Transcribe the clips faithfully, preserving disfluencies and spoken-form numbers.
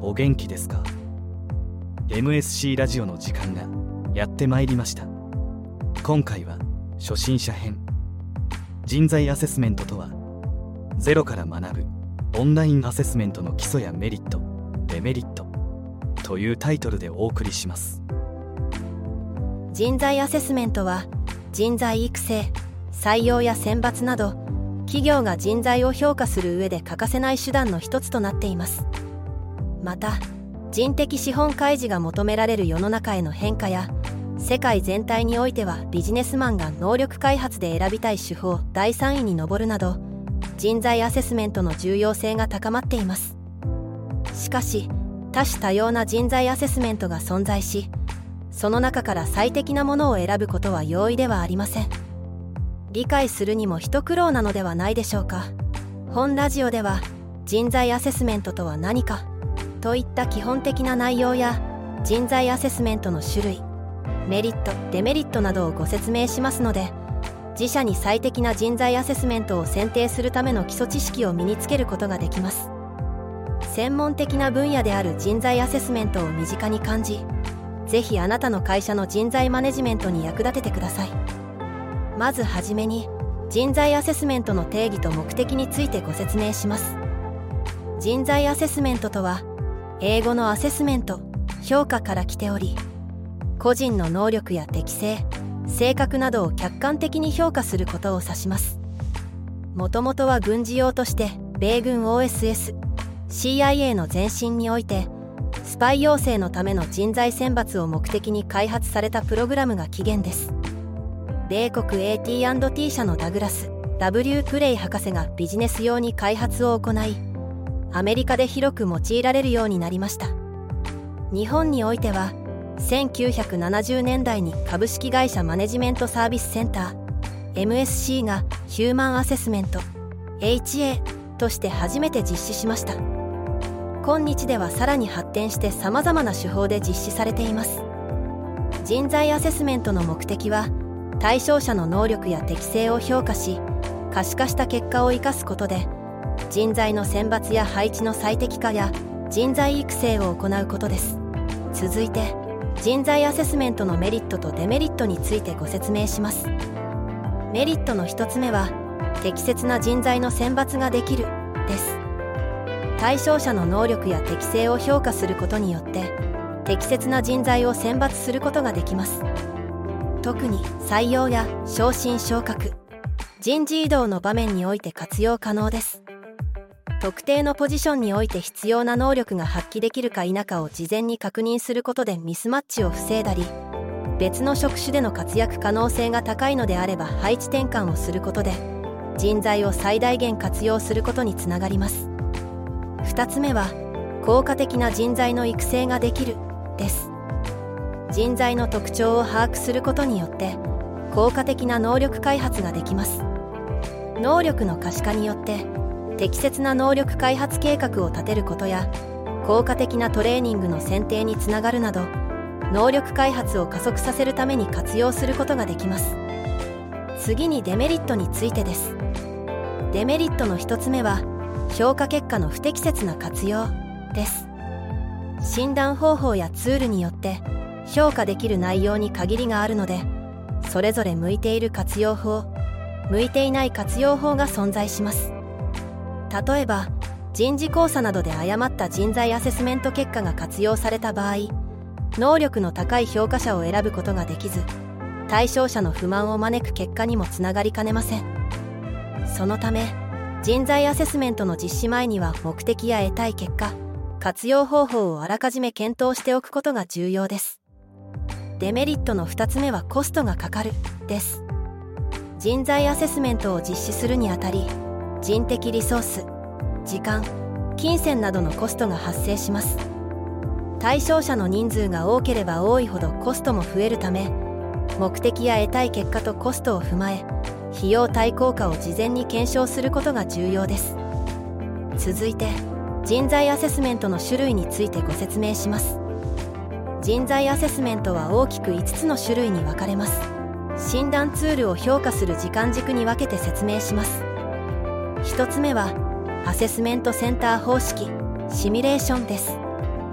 お元気ですか？ エムエスシー ラジオの時間がやってまいりました。今回は初心者編。人材アセスメントとは、ゼロから学ぶオンラインアセスメントの基礎やメリット、デメリットというタイトルでお送りします。 人材アセスメントは、人材育成、採用や選抜など、企業が人材を評価する上で欠かせない手段の一つとなっています。また、人的資本開示が求められる世の中への変化や、世界全体においてはビジネスマンが能力開発で選びたい手法だいさんいに上るなど、人材アセスメントの重要性が高まっています。しかし、多種多様な人材アセスメントが存在し、その中から最適なものを選ぶことは容易ではありません。理解するにも一苦労なのではないでしょうか。本ラジオでは、人材アセスメントとは何かといった基本的な内容や、人材アセスメントの種類、メリット、デメリットなどをご説明しますので、自社に最適な人材アセスメントを選定するための基礎知識を身につけることができます。専門的な分野である人材アセスメントを身近に感じ、ぜひあなたの会社の人材マネジメントに役立ててください。まずはじめに、人材アセスメントの定義と目的についてご説明します。人材アセスメントとは、英語のアセスメント、評価から来ており、個人の能力や適性、性格などを客観的に評価することを指します。もともとは軍事用として、米軍 オーエスエス、シーアイエー の前身において、スパイ養成のための人材選抜を目的に開発されたプログラムが起源です。米国 エーティーアンドティー 社のダグラス ダブリュー クレイ博士がビジネス用に開発を行い、アメリカで広く用いられるようになりました。日本においては、せんきゅうひゃくななじゅうねんだいに株式会社マネジメントサービスセンター エムエスシー がヒューマンアセスメント エイチエー として初めて実施しました。今日ではさらに発展して様々な手法で実施されています。人材アセスメントの目的は、対象者の能力や適性を評価し、可視化した結果を生かすことで、人材の選抜や配置の最適化や人材育成を行うことです。続いて、人材アセスメントのメリットとデメリットについてご説明します。メリットの一つ目は、適切な人材の選抜ができるです。対象者の能力や適性を評価することによって、適切な人材を選抜することができます。特に採用や昇進昇格、人事異動の場面において活用可能です。特定のポジションにおいて必要な能力が発揮できるか否かを事前に確認することでミスマッチを防いだり、別の職種での活躍可能性が高いのであれば配置転換をすることで、人材を最大限活用することにつながります。二つ目は、効果的な人材の育成ができるです。人材の特徴を把握することによって、効果的な能力開発ができます。能力の可視化によって、適切な能力開発計画を立てることや、効果的なトレーニングの選定につながるなど、能力開発を加速させるために活用することができます。次にデメリットについてです。デメリットの一つ目は、評価結果の不適切な活用です。診断方法やツールによって、評価できる内容に限りがあるので、それぞれ向いている活用法、向いていない活用法が存在します。例えば、人事考査などで誤った人材アセスメント結果が活用された場合、能力の高い評価者を選ぶことができず、対象者の不満を招く結果にもつながりかねません。そのため、人材アセスメントの実施前には目的や得たい結果、活用方法をあらかじめ検討しておくことが重要です。デメリットのふたつめはコストがかかるです。人材アセスメントを実施するにあたり、人的リソース、時間、金銭などのコストが発生します。対象者の人数が多ければ多いほどコストも増えるため、目的や得たい結果とコストを踏まえ、費用対効果を事前に検証することが重要です。続いて、人材アセスメントの種類についてご説明します。人材アセスメントは大きくいつつの種類に分かれます。診断ツールを評価する時間軸に分けて説明します。ひとつめは、アセスメントセンター方式、シミュレーションです。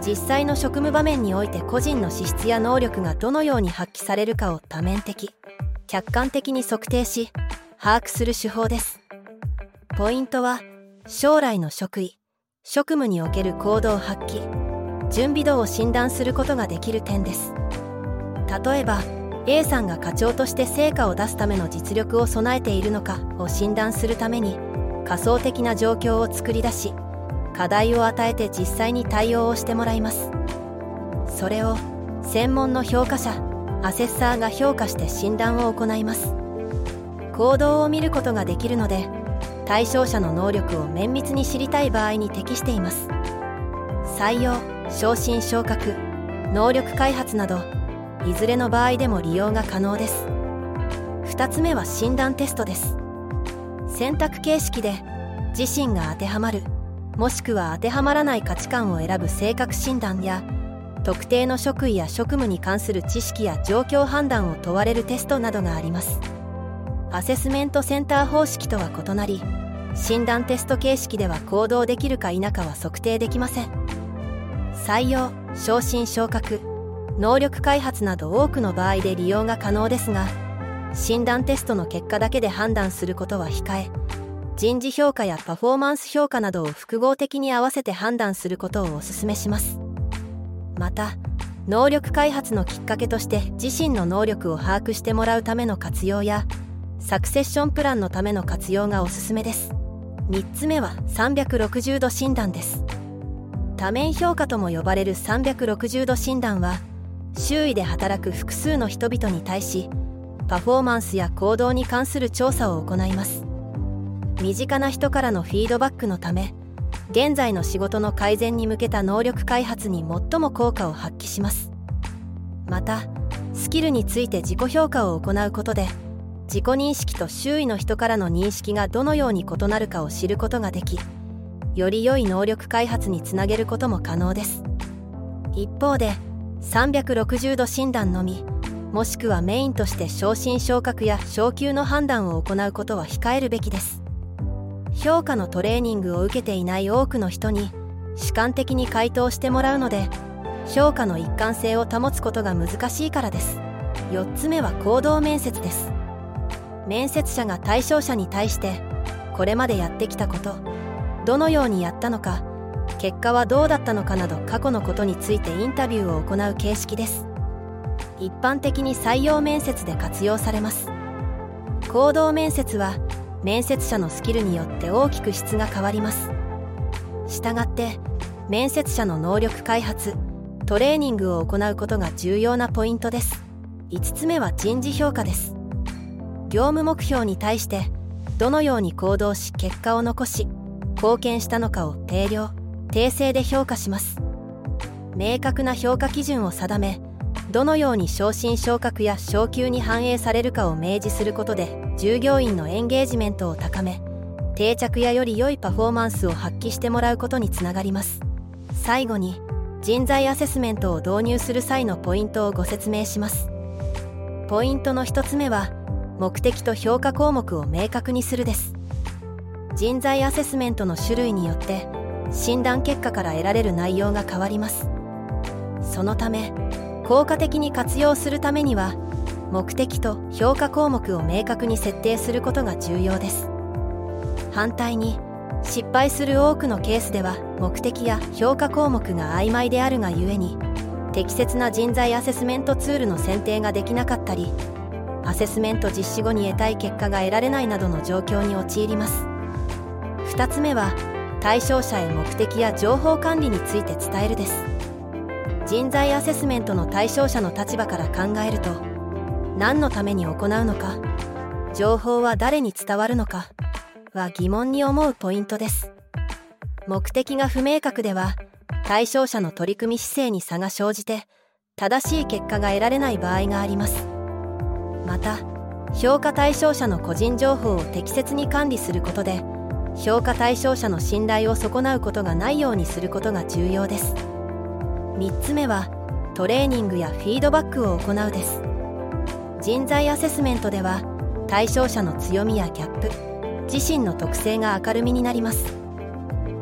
実際の職務場面において個人の資質や能力がどのように発揮されるかを多面的、客観的に測定し把握する手法です。ポイントは、将来の職位、職務における行動発揮、準備度を診断することができる点です。例えば A さんが課長として成果を出すための実力を備えているのかを診断するために仮想的な状況を作り出し、課題を与えて実際に対応をしてもらいます。それを専門の評価者、アセッサーが評価して診断を行います。行動を見ることができるので、対象者の能力を綿密に知りたい場合に適しています。採用、昇進昇格、能力開発など、いずれの場合でも利用が可能です。ふたつめは診断テストです。選択形式で自身が当てはまる、もしくは当てはまらない価値観を選ぶ性格診断や、特定の職位や職務に関する知識や状況判断を問われるテストなどがあります。アセスメントセンター方式とは異なり、診断テスト形式では行動できるか否かは測定できません。採用、昇進昇格、能力開発など多くの場合で利用が可能ですが、診断テストの結果だけで判断することは控え、人事評価やパフォーマンス評価などを複合的に合わせて判断することをお勧めします。また、能力開発のきっかけとして自身の能力を把握してもらうための活用や、サクセッションプランのための活用がおすすめです。みっつめはさんびゃくろくじゅうど診断です。多面評価とも呼ばれるさんびゃくろくじゅうど診断は、周囲で働く複数の人々に対し、パフォーマンスや行動に関する調査を行います。身近な人からのフィードバックのため、現在の仕事の改善に向けた能力開発に最も効果を発揮します。また、スキルについて自己評価を行うことで、自己認識と周囲の人からの認識がどのように異なるかを知ることができ、より良い能力開発につなげることも可能です。一方で、さんびゃくろくじゅうど診断のみ、もしくはメインとして昇進昇格や昇給の判断を行うことは控えるべきです。評価のトレーニングを受けていない多くの人に主観的に回答してもらうので、評価の一貫性を保つことが難しいからです。よっつめは行動面接です。面接者が対象者に対して、これまでやってきたこと、どのようにやったのか、結果はどうだったのかなど過去のことについてインタビューを行う形式です。一般的に採用面接で活用されます。行動面接は面接者のスキルによって大きく質が変わります。したがって面接者の能力開発、トレーニングを行うことが重要なポイントです。いつつめは人事評価です。業務目標に対してどのように行動し結果を残し貢献したのかを定量、訂正で評価します。明確な評価基準を定め、どのように昇進昇格や昇給に反映されるかを明示することで、従業員のエンゲージメントを高め、定着やより良いパフォーマンスを発揮してもらうことにつながります。最後に、人材アセスメントを導入する際のポイントをご説明します。ポイントのひとつめは、目的と評価項目を明確にするです。人材アセスメントの種類によって、診断結果から得られる内容が変わります。そのため、効果的に活用するためには、目的と評価項目を明確に設定することが重要です。反対に、失敗する多くのケースでは、目的や評価項目が曖昧であるがゆえに、適切な人材アセスメントツールの選定ができなかったり、アセスメント実施後に得たい結果が得られないなどの状況に陥ります。ふたつめは、対象者へ目的や情報管理について伝えるです。人材アセスメントの対象者の立場から考えると、何のために行うのか、情報は誰に伝わるのかは疑問に思うポイントです。目的が不明確では、対象者の取り組み姿勢に差が生じて、正しい結果が得られない場合があります。また、評価対象者の個人情報を適切に管理することで、評価対象者の信頼を損なうことがないようにすることが重要です。みっつめは、トレーニングやフィードバックを行うです。人材アセスメントでは、対象者の強みやギャップ、自身の特性が明るみになります。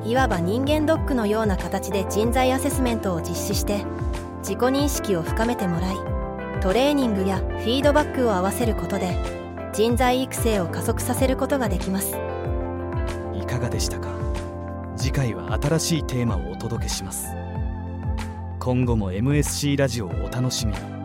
いわば人間ドックのような形で人材アセスメントを実施して自己認識を深めてもらい、トレーニングやフィードバックを合わせることで人材育成を加速させることができます。 いかがでしたか。次回は新しいテーマをお届けします。今後も エムエスシー ラジオをお楽しみに。